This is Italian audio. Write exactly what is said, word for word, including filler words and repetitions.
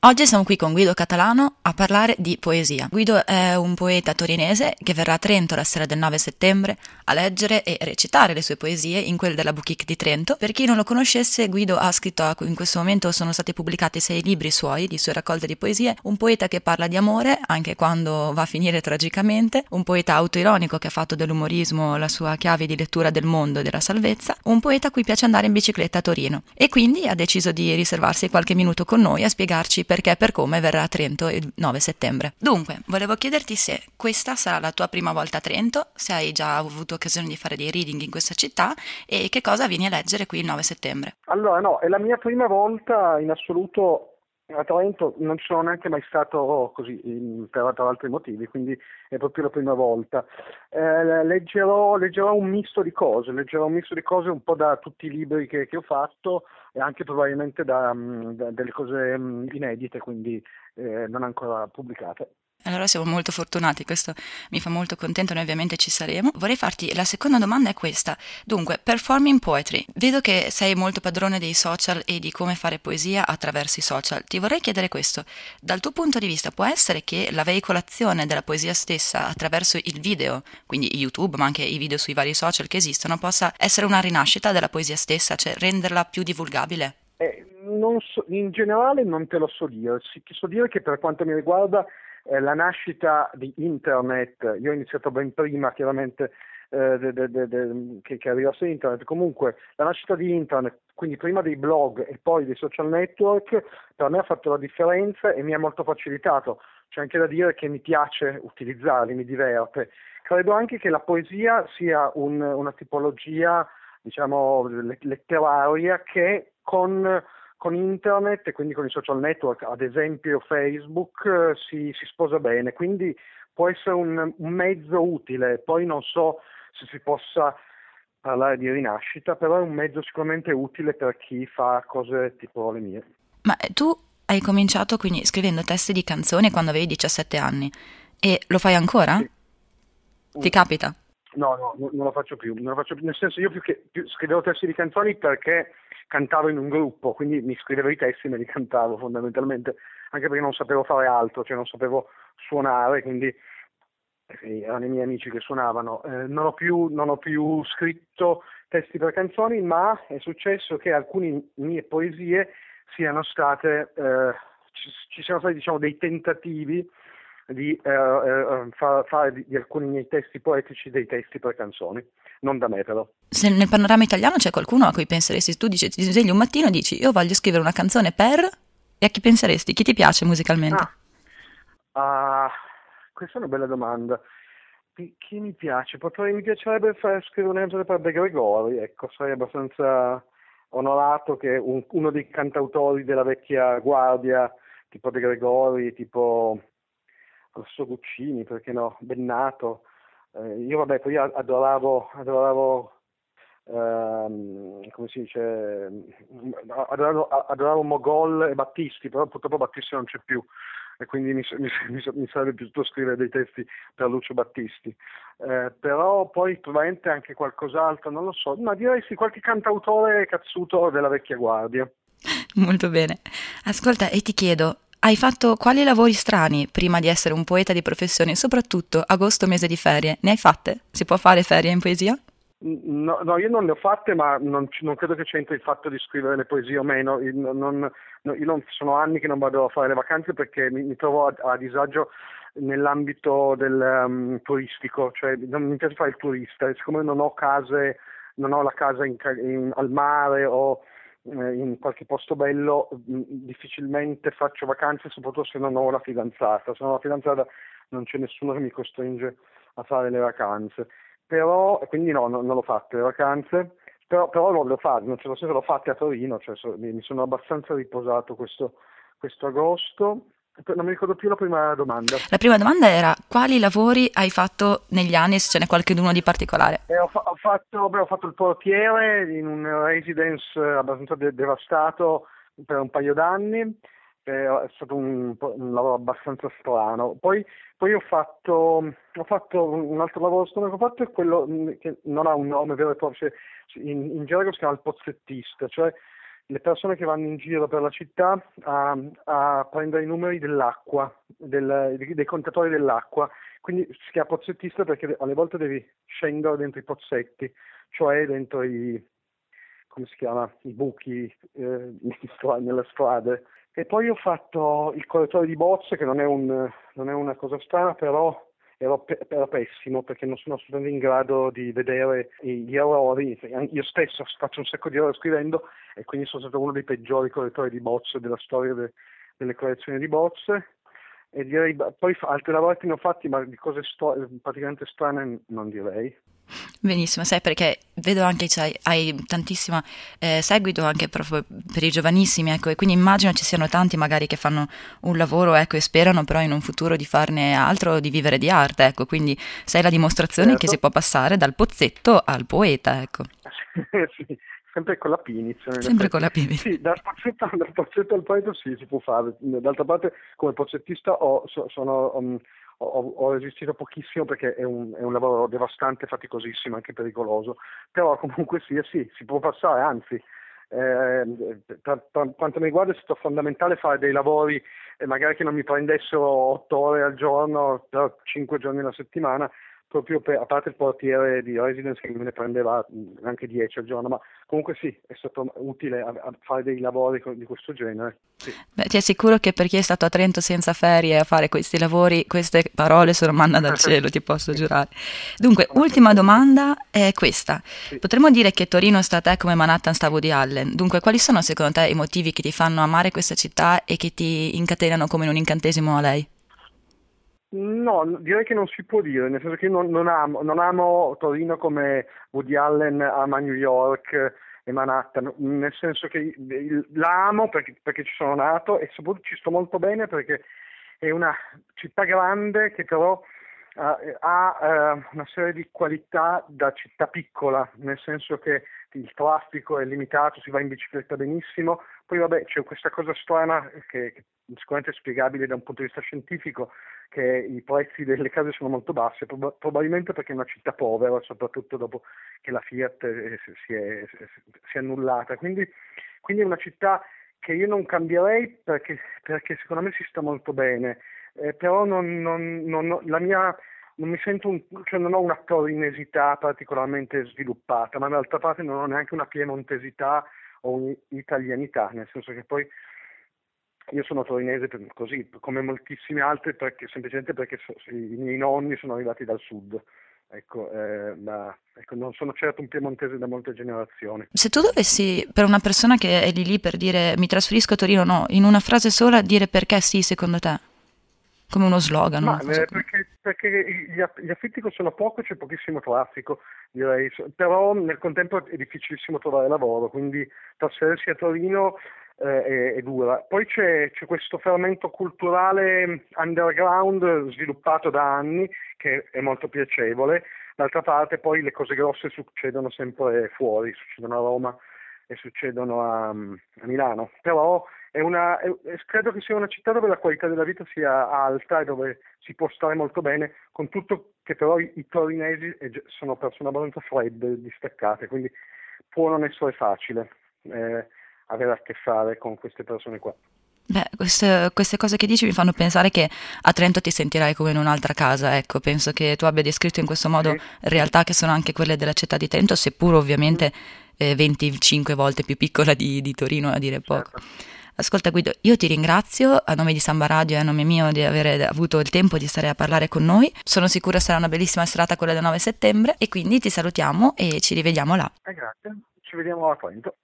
Oggi siamo qui con Guido Catalano a parlare di poesia. Guido è un poeta torinese che verrà a Trento la sera del nove settembre a leggere e recitare le sue poesie in quelle della Bouquique di Trento. Per chi non lo conoscesse, Guido ha scritto, in questo momento sono stati pubblicati sei libri suoi, di sue raccolte di poesie, un poeta che parla di amore anche quando va a finire tragicamente, un poeta autoironico che ha fatto dell'umorismo la sua chiave di lettura del mondo e della salvezza, un poeta a cui piace andare in bicicletta a Torino e quindi ha deciso di riservarsi qualche minuto con noi a spiegarci perché e per come verrà a Trento il nove settembre. Dunque, volevo chiederti se questa sarà la tua prima volta a Trento, se hai già avuto occasione di fare dei reading in questa città e che cosa vieni a leggere qui il nove settembre. Allora, no, è la mia prima volta in assoluto a Trento, non ci sono neanche mai stato così in, per, per altri motivi, quindi è proprio la prima volta. Eh, leggerò, leggerò un misto di cose, leggerò un misto di cose un po' da tutti i libri che, che ho fatto e anche probabilmente da, da delle cose inedite, quindi eh, non ancora pubblicate. Allora siamo molto fortunati, questo mi fa molto contento, noi ovviamente ci saremo. Vorrei farti, la seconda domanda è questa. Dunque, performing poetry. Vedo che sei molto padrone dei social e di come fare poesia attraverso i social. Ti vorrei chiedere questo. Dal tuo punto di vista può essere che la veicolazione della poesia stessa attraverso il video, quindi YouTube, ma anche i video sui vari social che esistono, possa essere una rinascita della poesia stessa, cioè renderla più divulgabile? Eh, non so, in generale non te lo so dire. Sì, ti so dire che per quanto mi riguarda Eh, la nascita di internet, io ho iniziato ben prima chiaramente eh, de, de, de, de, che, che arrivasse internet, comunque la nascita di internet, quindi prima dei blog e poi dei social network, per me ha fatto la differenza e mi ha molto facilitato. C'è anche da dire che mi piace utilizzarli, mi diverte. Credo anche che la poesia sia un, una tipologia, diciamo, letteraria che con con internet e quindi con i social network, ad esempio Facebook, eh, si, si sposa bene, quindi può essere un, un mezzo utile. Poi non so se si possa parlare di rinascita, però è un mezzo sicuramente utile per chi fa cose tipo le mie. Ma tu hai cominciato quindi scrivendo testi di canzoni quando avevi diciassette anni e lo fai ancora? Sì. Ti capita? No, no, non lo faccio più, non lo faccio più. Nel senso, io più che più scrivevo testi di canzoni perché cantavo in un gruppo, quindi mi scrivevo i testi e me li cantavo fondamentalmente, anche perché non sapevo fare altro, cioè non sapevo suonare, quindi eh, erano i miei amici che suonavano. Eh, non ho più, non ho più scritto testi per canzoni, ma è successo che alcune mie poesie siano state, eh, ci, ci siano stati diciamo dei tentativi di eh, eh, fa, fare di, di alcuni miei testi poetici dei testi per canzoni, non da me però. Se nel panorama italiano c'è qualcuno a cui penseresti, tu dici, ti svegli un mattino e dici io voglio scrivere una canzone per, e a chi penseresti? Chi ti piace musicalmente? Ah, ah, questa è una bella domanda. Chi, chi mi piace? Potrei, mi piacerebbe fare, scrivere una canzone per De Gregori, ecco, sarei abbastanza onorato che un- uno dei cantautori della vecchia guardia, tipo De Gregori, tipo Rosso Guccini, perché no, Bennato. Eh, io vabbè, poi adoravo, adoravo ehm, come si dice, adoravo, adoravo Mogol e Battisti, però purtroppo Battisti non c'è più e quindi mi, mi, mi, mi sarebbe piaciuto scrivere dei testi per Lucio Battisti. Eh, però poi probabilmente anche qualcos'altro, non lo so, ma direi sì, qualche cantautore cazzuto della vecchia guardia. Molto bene. Ascolta, e ti chiedo, hai fatto quali lavori strani prima di essere un poeta di professione, soprattutto agosto mese di ferie? Ne hai fatte? Si può fare ferie in poesia? No, no, io non le ho fatte, ma non, ci- non credo che c'entri il fatto di scrivere le poesie o meno. Io non, non- no, io non- sono anni che non vado a fare le vacanze perché mi, mi trovo a, a disagio nell'ambito del ehm, turistico, cioè non mi piace fare il turista, e siccome non ho case, non ho la casa in ca- in- al mare o eh, in qualche posto bello, mh, difficilmente faccio vacanze, soprattutto se non ho la fidanzata. Se non ho la fidanzata non c'è nessuno che mi costringe a fare le vacanze. Però, quindi no, no, non l'ho fatte le vacanze, però, però non le ho fatte, nel senso che l'ho fatte a Torino, cioè so- mi mi sono abbastanza riposato questo, questo agosto. Non mi ricordo più la prima domanda. La prima domanda era quali lavori hai fatto negli anni, se ce n'è qualcuno di particolare? E ho, fa- ho fatto, beh, ho fatto il portiere in un residence eh, abbastanza de- devastato per un paio d'anni, eh, è stato un, po- un lavoro abbastanza strano. Poi, poi ho fatto, ho fatto un altro lavoro strano che ho fatto, è quello mh, che non ha un nome vero e proprio, cioè, in, in gergo si chiama il pozzettista, cioè le persone che vanno in giro per la città a, a prendere i numeri dell'acqua, del, dei contatori dell'acqua. Quindi si chiama pozzettista perché alle volte devi scendere dentro i pozzetti, cioè dentro i, come si chiama, i buchi eh, nelle strade. E poi ho fatto il correttore di bozze, che non è, un, non è una cosa strana, però ero, pe- ero pessimo perché non sono assolutamente in grado di vedere gli errori. Io stesso faccio un sacco di errori scrivendo e quindi sono stato uno dei peggiori correttori di bozze della storia de- delle correzioni di bozze. E direi, poi altri lavori ne ho fatti, ma di cose sto- praticamente strane non direi. Benissimo, sai, perché vedo anche che hai, hai tantissimo eh, seguito anche proprio per i giovanissimi, ecco, e quindi immagino ci siano tanti magari che fanno un lavoro, ecco, e sperano però in un futuro di farne altro, di vivere di arte, ecco, quindi sei la dimostrazione Certo. che si può passare dal pozzetto al poeta, ecco. Sì, sempre con la P inizio. Sempre con la P. Sì, dal pozzetto, dal pozzetto al poeta sì, si può fare. D'altra parte, come pozzettista ho, so, sono... Um, Ho, ho resistito pochissimo perché è un, è un lavoro devastante, faticosissimo, anche pericoloso, però comunque sia sì, si può passare, anzi eh, per, per quanto mi riguarda è stato fondamentale fare dei lavori eh, magari che non mi prendessero otto ore al giorno, però cinque giorni alla settimana, proprio per, a parte il portiere di residence che me ne prendeva anche dieci al giorno, ma comunque sì, è stato utile a, a fare dei lavori di questo genere. Sì. Beh, ti assicuro che per chi è stato a Trento senza ferie a fare questi lavori, queste parole sono manna dal cielo, ti posso giurare. Dunque, ultima domanda è questa. Sì. Potremmo dire che Torino sta a te come Manhattan sta a Woody Allen. Dunque, quali sono secondo te i motivi che ti fanno amare questa città e che ti incatenano come in un incantesimo a lei? No, direi che non si può dire, nel senso che io non, non, amo, non amo Torino come Woody Allen ama New York e Manhattan, nel senso che la amo perché, perché ci sono nato e soprattutto ci sto molto bene perché è una città grande che però uh, ha uh, una serie di qualità da città piccola, nel senso che il traffico è limitato, si va in bicicletta benissimo, poi vabbè c'è questa cosa strana che, che sicuramente è spiegabile da un punto di vista scientifico, che i prezzi delle case sono molto bassi, prob- probabilmente perché è una città povera, soprattutto dopo che la Fiat eh, si, è, si è annullata, quindi, quindi è una città che io non cambierei perché, perché secondo me si sta molto bene, eh, però non, non, non, la mia... non mi sento un, cioè non ho una torinesità particolarmente sviluppata, ma d'altra parte non ho neanche una piemontesità o un'italianità, nel senso che poi io sono torinese per, così, come moltissimi altri, perché, semplicemente perché so, i miei nonni sono arrivati dal sud. Ecco, eh, ma, ecco, non sono certo un piemontese da molte generazioni. Se tu dovessi, per una persona che è lì lì per dire mi trasferisco a Torino, no, in una frase sola dire perché sì, secondo te? Come uno slogan? Ma Una cosa eh, come... perché, perché gli, aff- gli affitti costano poco, c'è pochissimo traffico, direi, però nel contempo è difficilissimo trovare lavoro, quindi trasferirsi a Torino eh, è, è dura. Poi c'è, c'è questo fermento culturale underground sviluppato da anni che è molto piacevole. D'altra parte poi le cose grosse succedono sempre fuori, succedono a Roma e succedono a, a Milano, però è una, è, credo che sia una città dove la qualità della vita sia alta e dove si può stare molto bene, con tutto che però i, i torinesi sono persone abbastanza fredde, distaccate, quindi può non essere facile eh, avere a che fare con queste persone qua. Beh, queste, queste cose che dici mi fanno pensare che a Trento ti sentirai come in un'altra casa, ecco, penso che tu abbia descritto in questo modo Sì. realtà che sono anche quelle della città di Trento, seppur ovviamente eh, venticinque volte più piccola di, di Torino, a dire poco. Certo. Ascolta Guido, io ti ringrazio a nome di Samba Radio e a nome mio di aver avuto il tempo di stare a parlare con noi, sono sicura sarà una bellissima serata quella del nove settembre e quindi ti salutiamo e ci rivediamo là. Eh, grazie, ci vediamo a Trento.